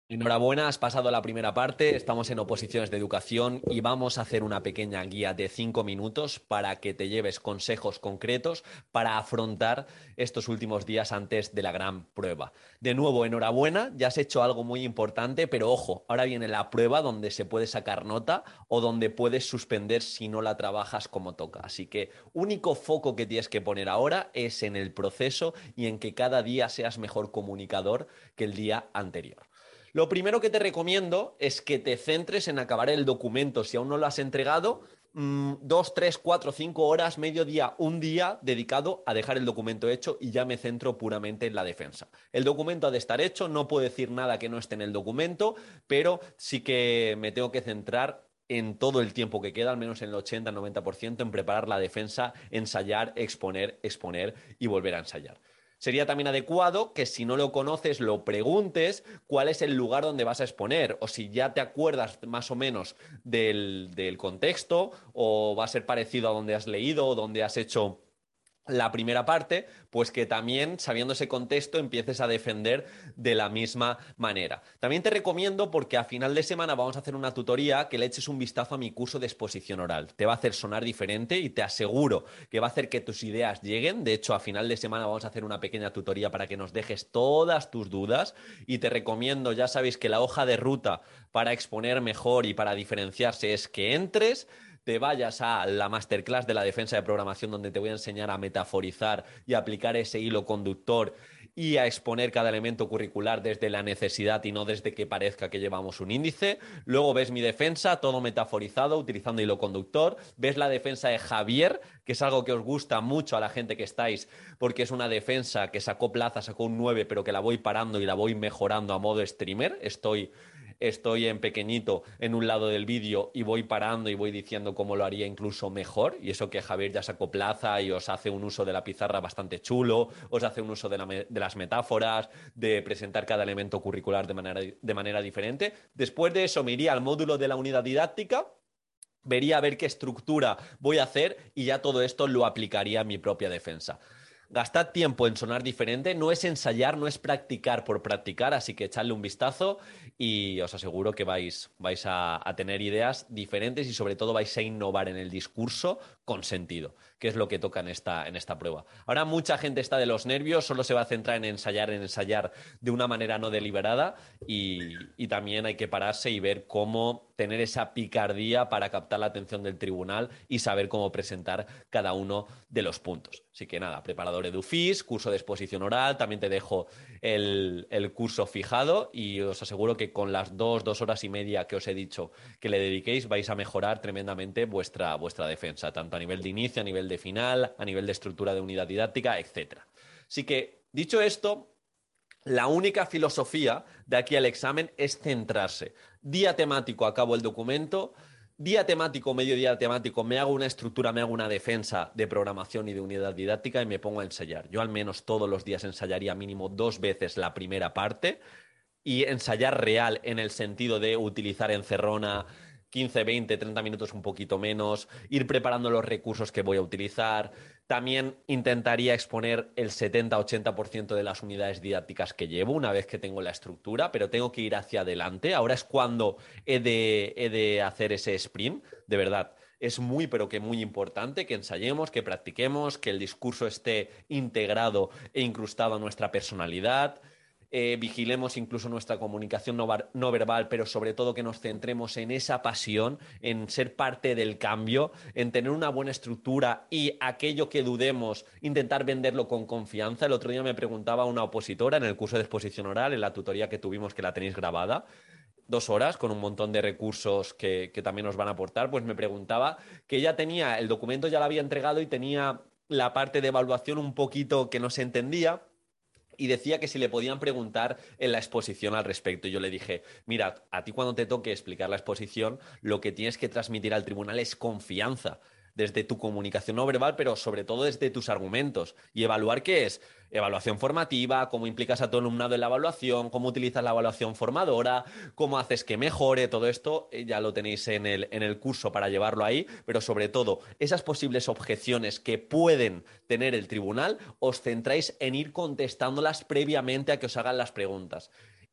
Enhorabuena, has pasado la primera parte, estamos en oposiciones de educación y vamos a hacer una pequeña guía de 5 minutos para que te lleves consejos concretos para afrontar estos últimos días antes de la gran prueba. De nuevo, enhorabuena, ya has hecho algo muy importante, pero ojo, ahora viene la prueba donde se puede sacar nota o donde puedes suspender si no la trabajas como toca. Así que único foco que tienes que poner ahora es en el proceso y en que cada día seas mejor comunicador que el día anterior. Lo primero que te recomiendo es que te centres en acabar el documento. Si aún no lo has entregado, 2, 3, 4, 5 horas, medio día, un día dedicado a dejar el documento hecho y ya me centro puramente en la defensa. El documento ha de estar hecho, no puedo decir nada que no esté en el documento, pero sí que me tengo que centrar en todo el tiempo que queda, al menos en el 80-90%, en preparar la defensa, ensayar, exponer, exponer y volver a ensayar. Sería también adecuado que si no lo conoces lo preguntes cuál es el lugar donde vas a exponer o si ya te acuerdas más o menos del contexto o va a ser parecido a donde has leído o donde has hecho la primera parte, pues que también, sabiendo ese contexto, empieces a defender de la misma manera. También te recomiendo, porque a final de semana vamos a hacer una tutoría, que le eches un vistazo a mi curso de exposición oral. Te va a hacer sonar diferente y te aseguro que va a hacer que tus ideas lleguen. De hecho, a final de semana vamos a hacer una pequeña tutoría para que nos dejes todas tus dudas y te recomiendo, ya sabéis que la hoja de ruta para exponer mejor y para diferenciarse es que entres, te vayas a la masterclass de la defensa de programación donde te voy a enseñar a metaforizar y aplicar ese hilo conductor y a exponer cada elemento curricular desde la necesidad y no desde que parezca que llevamos un índice. Luego ves mi defensa, todo metaforizado, utilizando hilo conductor. Ves la defensa de Javier, que es algo que os gusta mucho a la gente que estáis, porque es una defensa que sacó plaza, sacó un 9, pero que la voy parando y la voy mejorando a modo streamer. Estoy en pequeñito en un lado del vídeo y voy parando y voy diciendo cómo lo haría incluso mejor. Y eso que Javier ya sacó plaza y os hace un uso de la pizarra bastante chulo, os hace un uso de las metáforas, de presentar cada elemento curricular de manera diferente. Después de eso me iría al módulo de la unidad didáctica. Vería a ver qué estructura voy a hacer y ya todo esto lo aplicaría a mi propia defensa. Gastad tiempo en sonar diferente, no es ensayar, no es practicar por practicar, así que echadle un vistazo y os aseguro que vais a tener ideas diferentes y sobre todo vais a innovar en el discurso con sentido, que es lo que toca en esta prueba. Ahora mucha gente está de los nervios, solo se va a centrar en ensayar de una manera no deliberada y también hay que pararse y ver cómo tener esa picardía para captar la atención del tribunal y saber cómo presentar cada uno de los puntos. Así que nada, preparador EduFis, curso de exposición oral, también te dejo el curso fijado y os aseguro que con las 2 horas y media que os he dicho que le dediquéis vais a mejorar tremendamente vuestra defensa, tanto a nivel de inicio, a nivel de final, a nivel de estructura de unidad didáctica, etcétera. Así que, dicho esto, la única filosofía de aquí al examen es centrarse. Día temático, acabo el documento. Día temático, mediodía temático, me hago una estructura, me hago una defensa de programación y de unidad didáctica y me pongo a ensayar. Yo al menos todos los días ensayaría mínimo 2 veces la primera parte y ensayar real en el sentido de utilizar encerrona 15, 20, 30 minutos un poquito menos, ir preparando los recursos que voy a utilizar. También intentaría exponer el 70-80% de las unidades didácticas que llevo una vez que tengo la estructura, pero tengo que ir hacia adelante. Ahora es cuando he de hacer ese sprint, de verdad. Es muy, pero que muy importante que ensayemos, que practiquemos, que el discurso esté integrado e incrustado a nuestra personalidad. Vigilemos incluso nuestra comunicación no verbal, pero sobre todo que nos centremos en esa pasión, en ser parte del cambio, en tener una buena estructura y aquello que dudemos, intentar venderlo con confianza. El otro día me preguntaba una opositora en el curso de exposición oral, en la tutoría que tuvimos, que la tenéis grabada, 2 horas con un montón de recursos que también nos van a aportar, pues me preguntaba que ella tenía, el documento ya lo había entregado y tenía la parte de evaluación un poquito que no se entendía y decía que si le podían preguntar en la exposición al respecto. Y yo le dije, mira, a ti cuando te toque explicar la exposición, lo que tienes que transmitir al tribunal es confianza desde tu comunicación no verbal, pero sobre todo desde tus argumentos. Y evaluar qué es evaluación formativa, cómo implicas a tu alumnado en la evaluación, cómo utilizas la evaluación formadora, cómo haces que mejore, todo esto ya lo tenéis en el curso para llevarlo ahí, pero sobre todo esas posibles objeciones que pueden tener el tribunal, os centráis en ir contestándolas previamente a que os hagan las preguntas.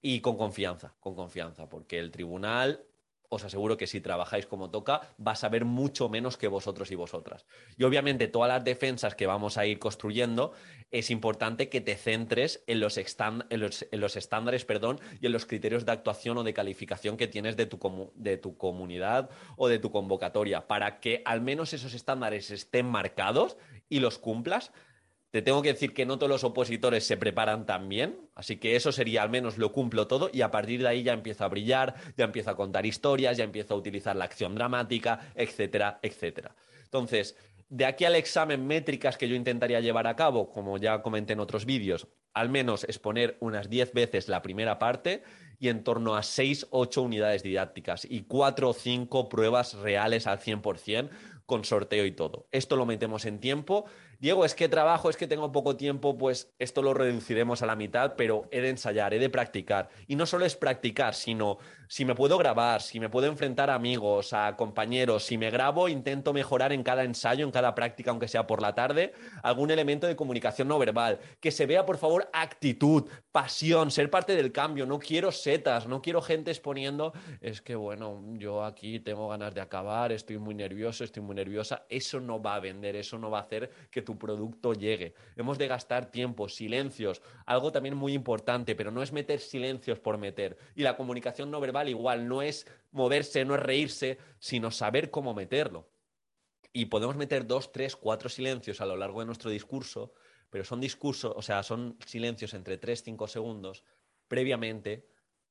Y con confianza, porque el tribunal, os aseguro que si trabajáis como toca, va a saber mucho menos que vosotros y vosotras. Y obviamente todas las defensas que vamos a ir construyendo, es importante que te centres en los, en los estándares, perdón, y en los criterios de actuación o de calificación que tienes de tu comunidad o de tu convocatoria, para que al menos esos estándares estén marcados y los cumplas. Te tengo que decir que no todos los opositores se preparan tan bien, así que eso sería al menos lo cumplo todo y a partir de ahí ya empiezo a brillar, ya empiezo a contar historias, ya empiezo a utilizar la acción dramática, etcétera, etcétera. Entonces, de aquí al examen métricas que yo intentaría llevar a cabo, como ya comenté en otros vídeos, al menos exponer unas 10 veces la primera parte y en torno a 6 u 8 unidades didácticas y 4 o 5 pruebas reales al 100% con sorteo y todo. Esto lo metemos en tiempo. Diego, es que trabajo, es que tengo poco tiempo, pues esto lo reduciremos a la mitad, pero he de ensayar, he de practicar. Y no solo es practicar, sino si me puedo grabar, si me puedo enfrentar a amigos, a compañeros, si me grabo, intento mejorar en cada ensayo, en cada práctica, aunque sea por la tarde, algún elemento de comunicación no verbal. Que se vea, por favor, actitud, pasión, ser parte del cambio. No quiero setas, no quiero gente exponiendo, es que bueno, yo aquí tengo ganas de acabar, estoy muy nervioso, estoy muy nerviosa. Eso no va a vender, eso no va a hacer que tu producto llegue. Hemos de gastar tiempo, silencios, algo también muy importante, pero no es meter silencios por meter. Y la comunicación no verbal igual, no es moverse, no es reírse, sino saber cómo meterlo. Y podemos meter 2, 3, 4 silencios a lo largo de nuestro discurso, pero son discursos, o sea, son silencios entre 3, 5 segundos previamente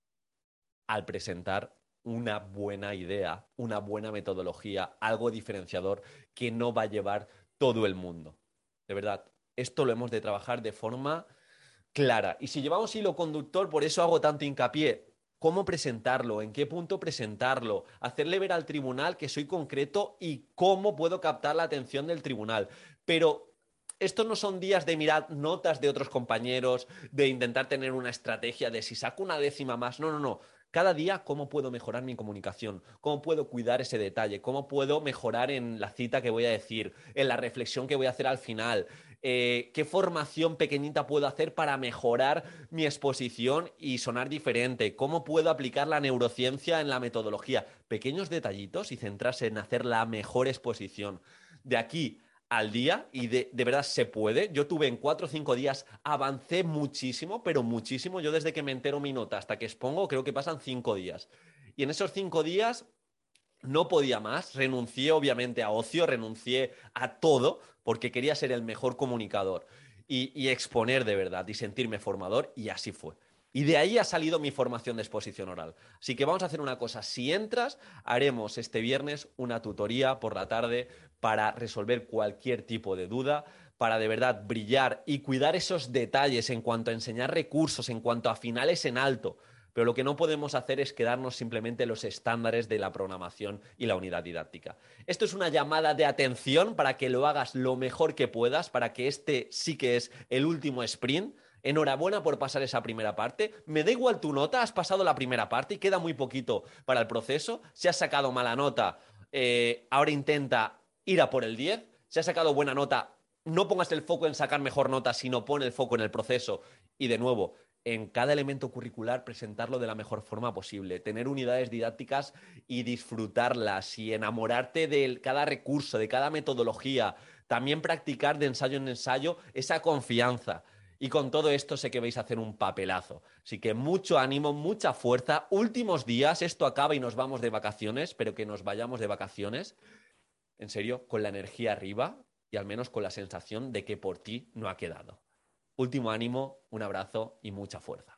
al presentar una buena idea, una buena metodología, algo diferenciador que no va a llevar todo el mundo. De verdad, esto lo hemos de trabajar de forma clara. Y si llevamos hilo conductor, por eso hago tanto hincapié. ¿Cómo presentarlo? ¿En qué punto presentarlo? Hacerle ver al tribunal que soy concreto y cómo puedo captar la atención del tribunal. Pero estos no son días de mirar notas de otros compañeros, de intentar tener una estrategia de si saco una décima más. No, no, no. Cada día, ¿cómo puedo mejorar mi comunicación? ¿Cómo puedo cuidar ese detalle? ¿Cómo puedo mejorar en la cita que voy a decir? En la reflexión que voy a hacer al final. ¿Qué formación pequeñita puedo hacer para mejorar mi exposición y sonar diferente? ¿Cómo puedo aplicar la neurociencia en la metodología? Pequeños detallitos y centrarse en hacer la mejor exposición. De aquí al día, y de verdad se puede. Yo tuve en 4 o 5 días, avancé muchísimo, pero muchísimo. Yo desde que me entero mi nota hasta que expongo, creo que pasan 5 días. Y en esos 5 días no podía más, renuncié obviamente a ocio, renuncié a todo porque quería ser el mejor comunicador y exponer de verdad y sentirme formador y así fue. Y de ahí ha salido mi formación de exposición oral. Así que vamos a hacer una cosa. Si entras, haremos este viernes una tutoría por la tarde para resolver cualquier tipo de duda, para de verdad brillar y cuidar esos detalles en cuanto a enseñar recursos, en cuanto a finales en alto. Pero lo que no podemos hacer es quedarnos simplemente en los estándares de la programación y la unidad didáctica. Esto es una llamada de atención para que lo hagas lo mejor que puedas, para que este sí que es el último sprint. Enhorabuena por pasar esa primera parte. Me da igual tu nota, has pasado la primera parte y queda muy poquito para el proceso. Si has sacado mala nota, ahora intenta ir a por el 10. Si has sacado buena nota, no pongas el foco en sacar mejor nota, sino pon el foco en el proceso. Y de nuevo, en cada elemento curricular presentarlo de la mejor forma posible, tener unidades didácticas y disfrutarlas y enamorarte de cada recurso, de cada metodología, también practicar de ensayo en ensayo esa confianza. Y con todo esto sé que vais a hacer un papelazo. Así que mucho ánimo, mucha fuerza. Últimos días, esto acaba y nos vamos de vacaciones, pero que nos vayamos de vacaciones, en serio, con la energía arriba y al menos con la sensación de que por ti no ha quedado. Último ánimo, un abrazo y mucha fuerza.